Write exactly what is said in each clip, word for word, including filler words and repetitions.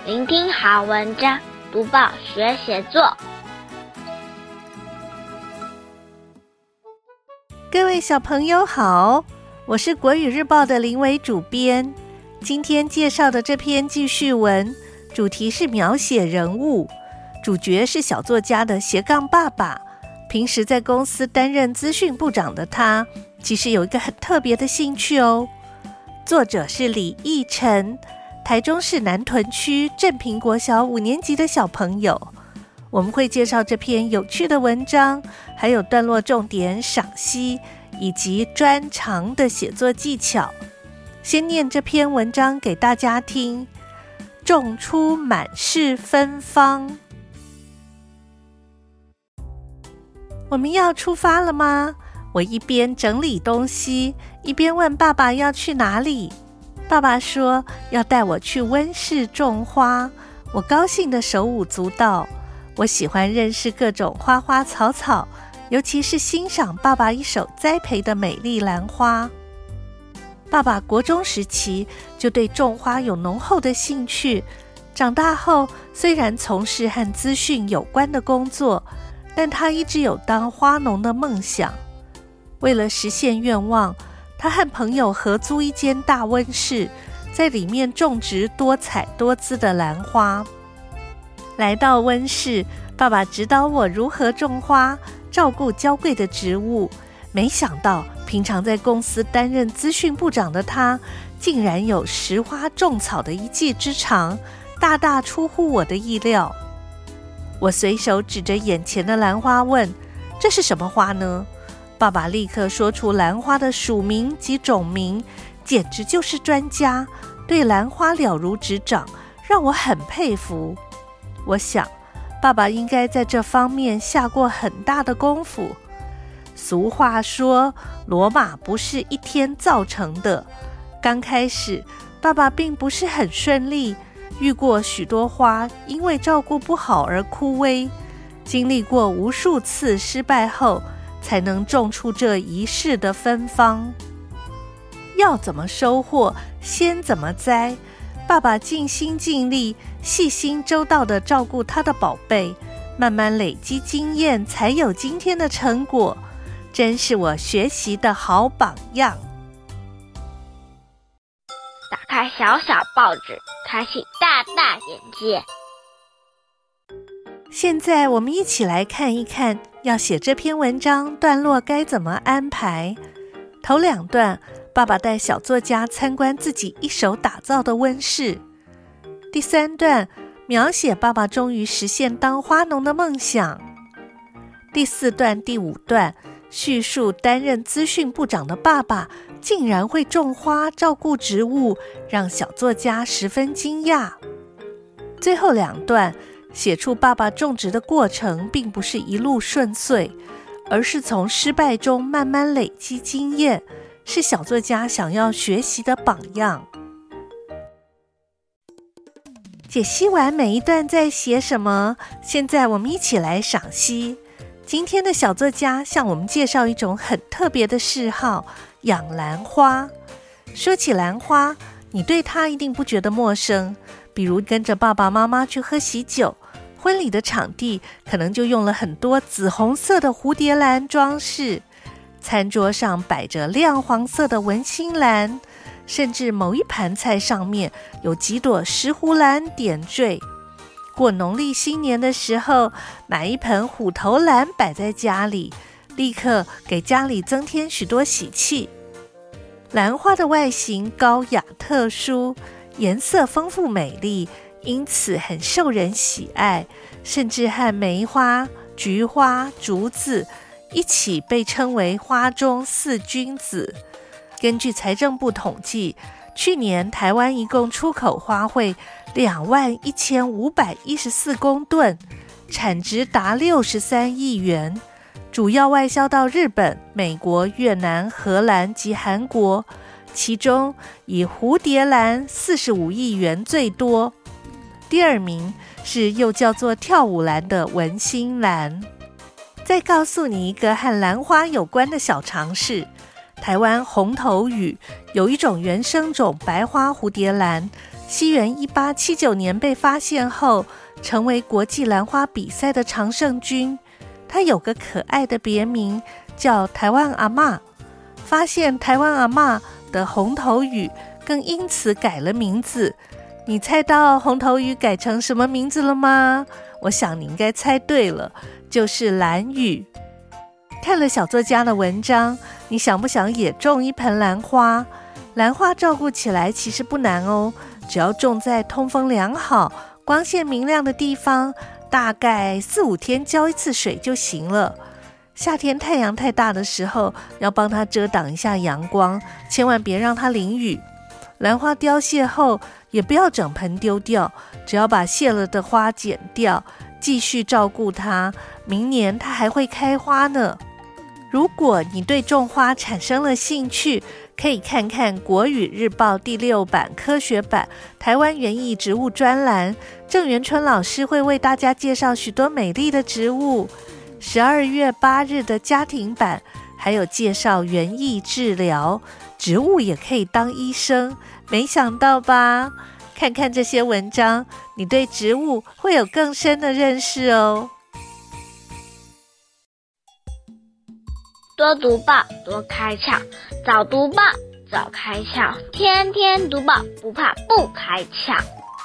聆听好文章，读报学写作。 各位小朋友好，我是国语日报的林伟主编。今天介绍的这篇记叙文，主题是描写人物，主角是小作家的斜杠爸爸。平时在公司担任资讯部长的他，其实有一个很特别的兴趣哦。作者是李义成，台中市南屯区正平国小五年级的小朋友。我们会介绍这篇有趣的文章，还有段落重点赏析，以及专长的写作技巧。先念这篇文章给大家听。种出满是芬芳。我们要出发了吗？我一边整理东西，一边问爸爸要去哪里。爸爸说要带我去温室种花，我高兴的手舞足蹈。我喜欢认识各种花花草草，尤其是欣赏爸爸一手栽培的美丽兰花。爸爸国中时期就对种花有浓厚的兴趣，长大后虽然从事和资讯有关的工作，但他一直有当花农的梦想。为了实现愿望，他和朋友合租一间大温室，在里面种植多彩多姿的兰花。来到温室，爸爸指导我如何种花，照顾娇贵的植物。没想到平常在公司担任资讯部长的他，竟然有识花种草的一技之长，大大出乎我的意料。我随手指着眼前的兰花问，这是什么花呢？爸爸立刻说出兰花的属名及种名，简直就是专家，对兰花了如指掌，让我很佩服。我想爸爸应该在这方面下过很大的功夫。俗话说，罗马不是一天造成的。刚开始，爸爸并不是很顺利，遇过许多花因为照顾不好而枯萎，经历过无数次失败后，才能种出这一世的芬芳。要怎么收获，先怎么栽。爸爸尽心尽力，细心周到地照顾他的宝贝，慢慢累积经验，才有今天的成果。真是我学习的好榜样。 打开小小报纸，开启大大眼界。 现在我们一起来看一看，要写这篇文章段落该怎么安排。头两段，爸爸带小作家参观自己一手打造的温室。第三段，描写爸爸终于实现当花农的梦想。第四段、第五段，叙述担任资讯部长的爸爸竟然会种花、照顾植物，让小作家十分惊讶。最后两段写出爸爸种植的过程并不是一路顺遂，而是从失败中慢慢累积经验，是小作家想要学习的榜样。解析完每一段在写什么，现在我们一起来赏析。今天的小作家向我们介绍一种很特别的嗜好，养兰花。说起兰花，你对它一定不觉得陌生，比如跟着爸爸妈妈去喝喜酒，婚礼的场地可能就用了很多紫红色的蝴蝶兰装饰，餐桌上摆着亮黄色的文心兰，甚至某一盘菜上面有几朵石斛兰点缀。过农历新年的时候，买一盆虎头兰摆在家里，立刻给家里增添许多喜气。兰花的外形高雅特殊，颜色丰富美丽，因此很受人喜爱，甚至和梅花、菊花、竹子一起被称为花中四君子。根据财政部统计，去年台湾一共出口花卉两万一千五百一十四公吨，产值达六十三亿元，主要外销到日本、美国、越南、荷兰及韩国，其中以蝴蝶兰四十五亿元最多，第二名是又叫做跳舞兰的文心兰。再告诉你一个和兰花有关的小常识， 台湾红头雨有一种原生种白花蝴蝶兰，西元一八七九年被发现后，成为国际兰花比赛的常胜军。它有个可爱的别名，叫台湾阿嬷。发现台湾阿嬷的红头雨更因此改了名字。你猜到红头雨改成什么名字了吗？我想你应该猜对了，就是兰雨。看了小作家的文章，你想不想也种一盆兰花？兰花照顾起来其实不难哦，只要种在通风良好、光线明亮的地方，大概四五天浇一次水就行了。夏天太阳太大的时候，要帮它遮挡一下阳光，千万别让它淋雨。兰花凋谢后，也不要整盆丢掉，只要把谢了的花剪掉，继续照顾它，明年它还会开花呢。如果你对种花产生了兴趣，可以看看国语日报第六版科学版台湾园艺植物专栏，郑元春老师会为大家介绍许多美丽的植物。十二月八日的家庭版还有介绍园艺治疗，植物也可以当医生，没想到吧？看看这些文章，你对植物会有更深的认识哦。 多读报，多开窍；早读报，早开窍；天天读报，不怕不开窍。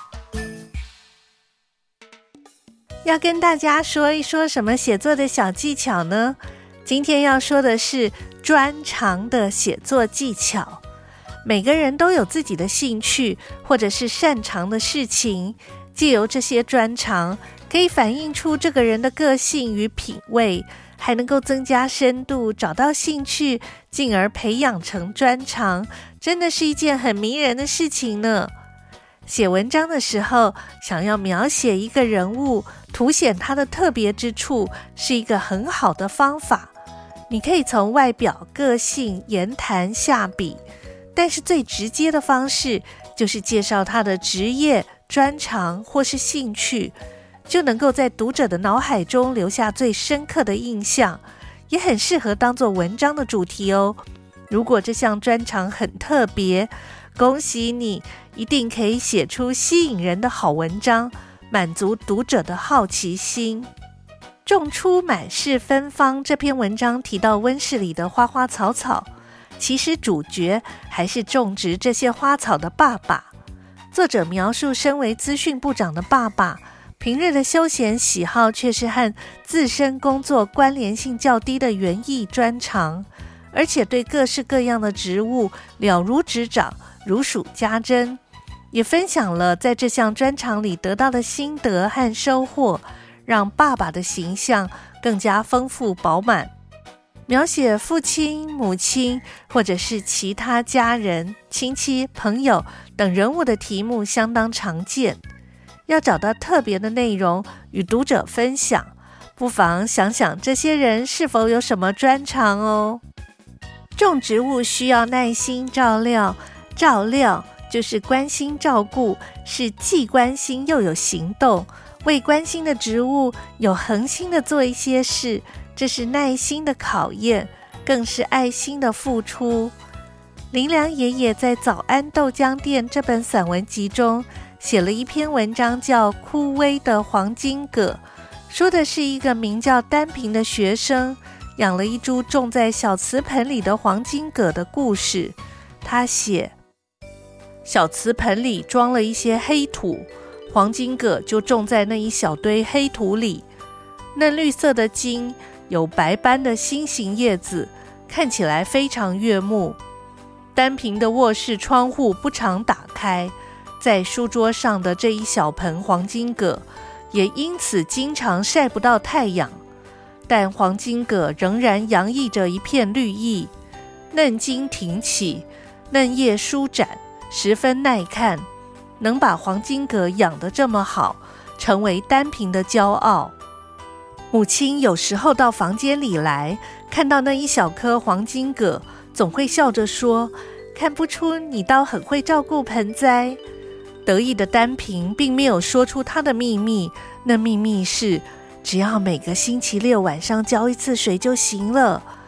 要跟大家说一说什么写作的小技巧呢？今天要说的是专长的写作技巧。每个人都有自己的兴趣或者是擅长的事情，藉由这些专长，可以反映出这个人的个性与品味，还能够增加深度，找到兴趣，进而培养成专长，真的是一件很迷人的事情呢。写文章的时候，想要描写一个人物，凸显他的特别之处，是一个很好的方法。你可以从外表、个性、言谈下笔，但是最直接的方式就是介绍他的职业、专长或是兴趣，就能够在读者的脑海中留下最深刻的印象，也很适合当作文章的主题哦。如果这项专长很特别，恭喜你，一定可以写出吸引人的好文章，满足读者的好奇心。种出满室芬芳这篇文章提到温室里的花花草草，其实主角还是种植这些花草的爸爸。作者描述身为资讯部长的爸爸，平日的休闲喜好却是和自身工作关联性较低的园艺专长，而且对各式各样的植物了如指掌，如数家珍，也分享了在这项专长里得到的心得和收获，让爸爸的形象更加丰富饱满。描写父亲、母亲或者是其他家人、亲戚、朋友等人物的题目相当常见，要找到特别的内容与读者分享，不妨想想这些人是否有什么专长哦。种植物需要耐心照料，照料就是关心照顾，是既关心又有行动，为关心的植物有恒心的做一些事，这是耐心的考验，更是爱心的付出。林良爷爷在《早安豆浆店》这本散文集中写了一篇文章，叫《枯萎的黄金葛》，说的是一个名叫丹平的学生养了一株种在小瓷盆里的黄金葛的故事。他写，小瓷盆里装了一些黑土，黄金葛就种在那一小堆黑土里。嫩绿色的茎有白斑的心形叶子，看起来非常悦目。单平的卧室窗户不常打开，在书桌上的这一小盆黄金葛也因此经常晒不到太阳，但黄金葛仍然洋溢着一片绿意，嫩茎挺起，嫩叶舒展，十分耐看。能把黄金葛养得这么好，成为单平的骄傲。母亲有时候到房间里来，看到那一小颗黄金葛，总会笑着说，看不出你倒很会照顾盆栽。得意的单平并没有说出他的秘密，那秘密是只要每个星期六晚上浇一次水就行了。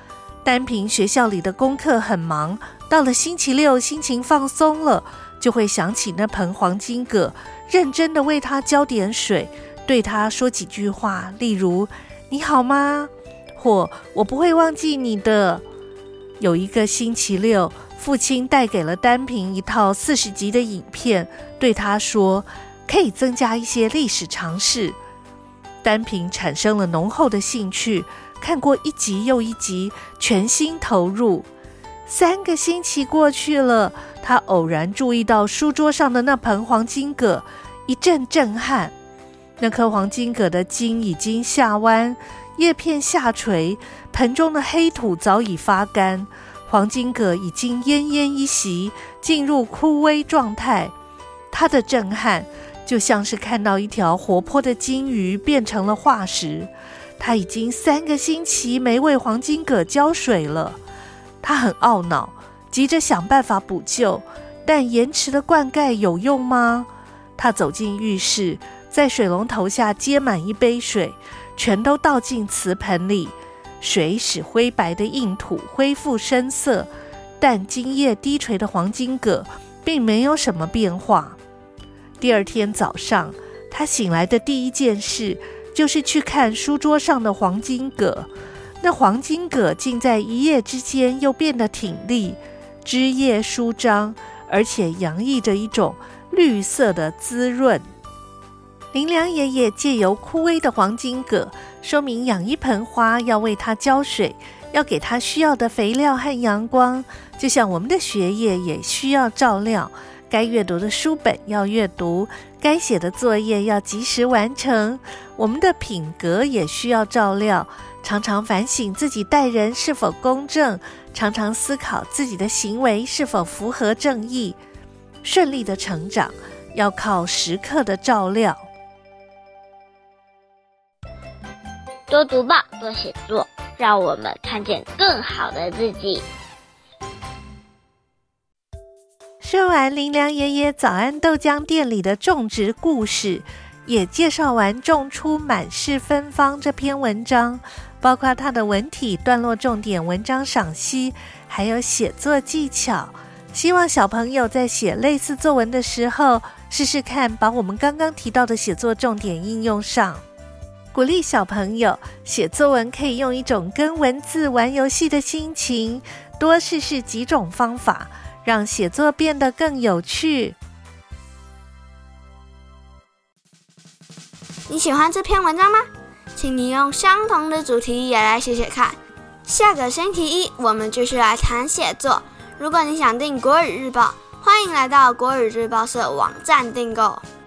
单凭学校里的功课很忙，到了星期六心情放松了，就会想起那盆黄金葛，认真的为它浇点水，对它说几句话，例如你好吗？或我不会忘记你的。有一个星期六，父亲带给了单凭一套四十集的影片，对他说可以增加一些历史常识。单凭产生了浓厚的兴趣，看过一集又一集，全心投入。三个星期过去了，他偶然注意到书桌上的那盆黄金葛，一阵震撼。那颗黄金葛的茎已经下弯，叶片下垂，盆中的黑土早已发干，黄金葛已经奄奄一息，进入枯萎状态。他的震撼就像是看到一条活泼的金鱼变成了化石。他已经三个星期没为黄金葛浇水了。他很懊恼，急着想办法补救，但延迟的灌溉有用吗？他走进浴室，在水龙头下接满一杯水，全都倒进瓷盆里。水使灰白的硬土恢复深色，但茎叶低垂的黄金葛并没有什么变化。第二天早上，他醒来的第一件事就是去看书桌上的黄金葛。那黄金葛竟在一夜之间又变得挺立，枝叶舒张，而且洋溢着一种绿色的滋润。林良爷爷借由枯萎的黄金葛，说明养一盆花要为它浇水，要给它需要的肥料和阳光，就像我们的学业也需要照料，该阅读的书本要阅读，该写的作业要及时完成，我们的品格也需要照料，常常反省自己待人是否公正，常常思考自己的行为是否符合正义。顺利的成长要靠时刻的照料。 多读报，多写作，让我们看见更好的自己。 说完林良爷爷早安豆浆店里的种植故事，也介绍完种出满是芬芳这篇文章，包括它的文体、段落重点、文章赏析，还有写作技巧。希望小朋友在写类似作文的时候，试试看把我们刚刚提到的写作重点应用上。鼓励小朋友写作文可以用一种跟文字玩游戏的心情，多试试几种方法，让写作变得更有趣。 你喜欢这篇文章吗？请你用相同的主题也来写写看。下个星期一我们继续来谈写作。如果你想订国语日报，欢迎来到国语日报社网站订购。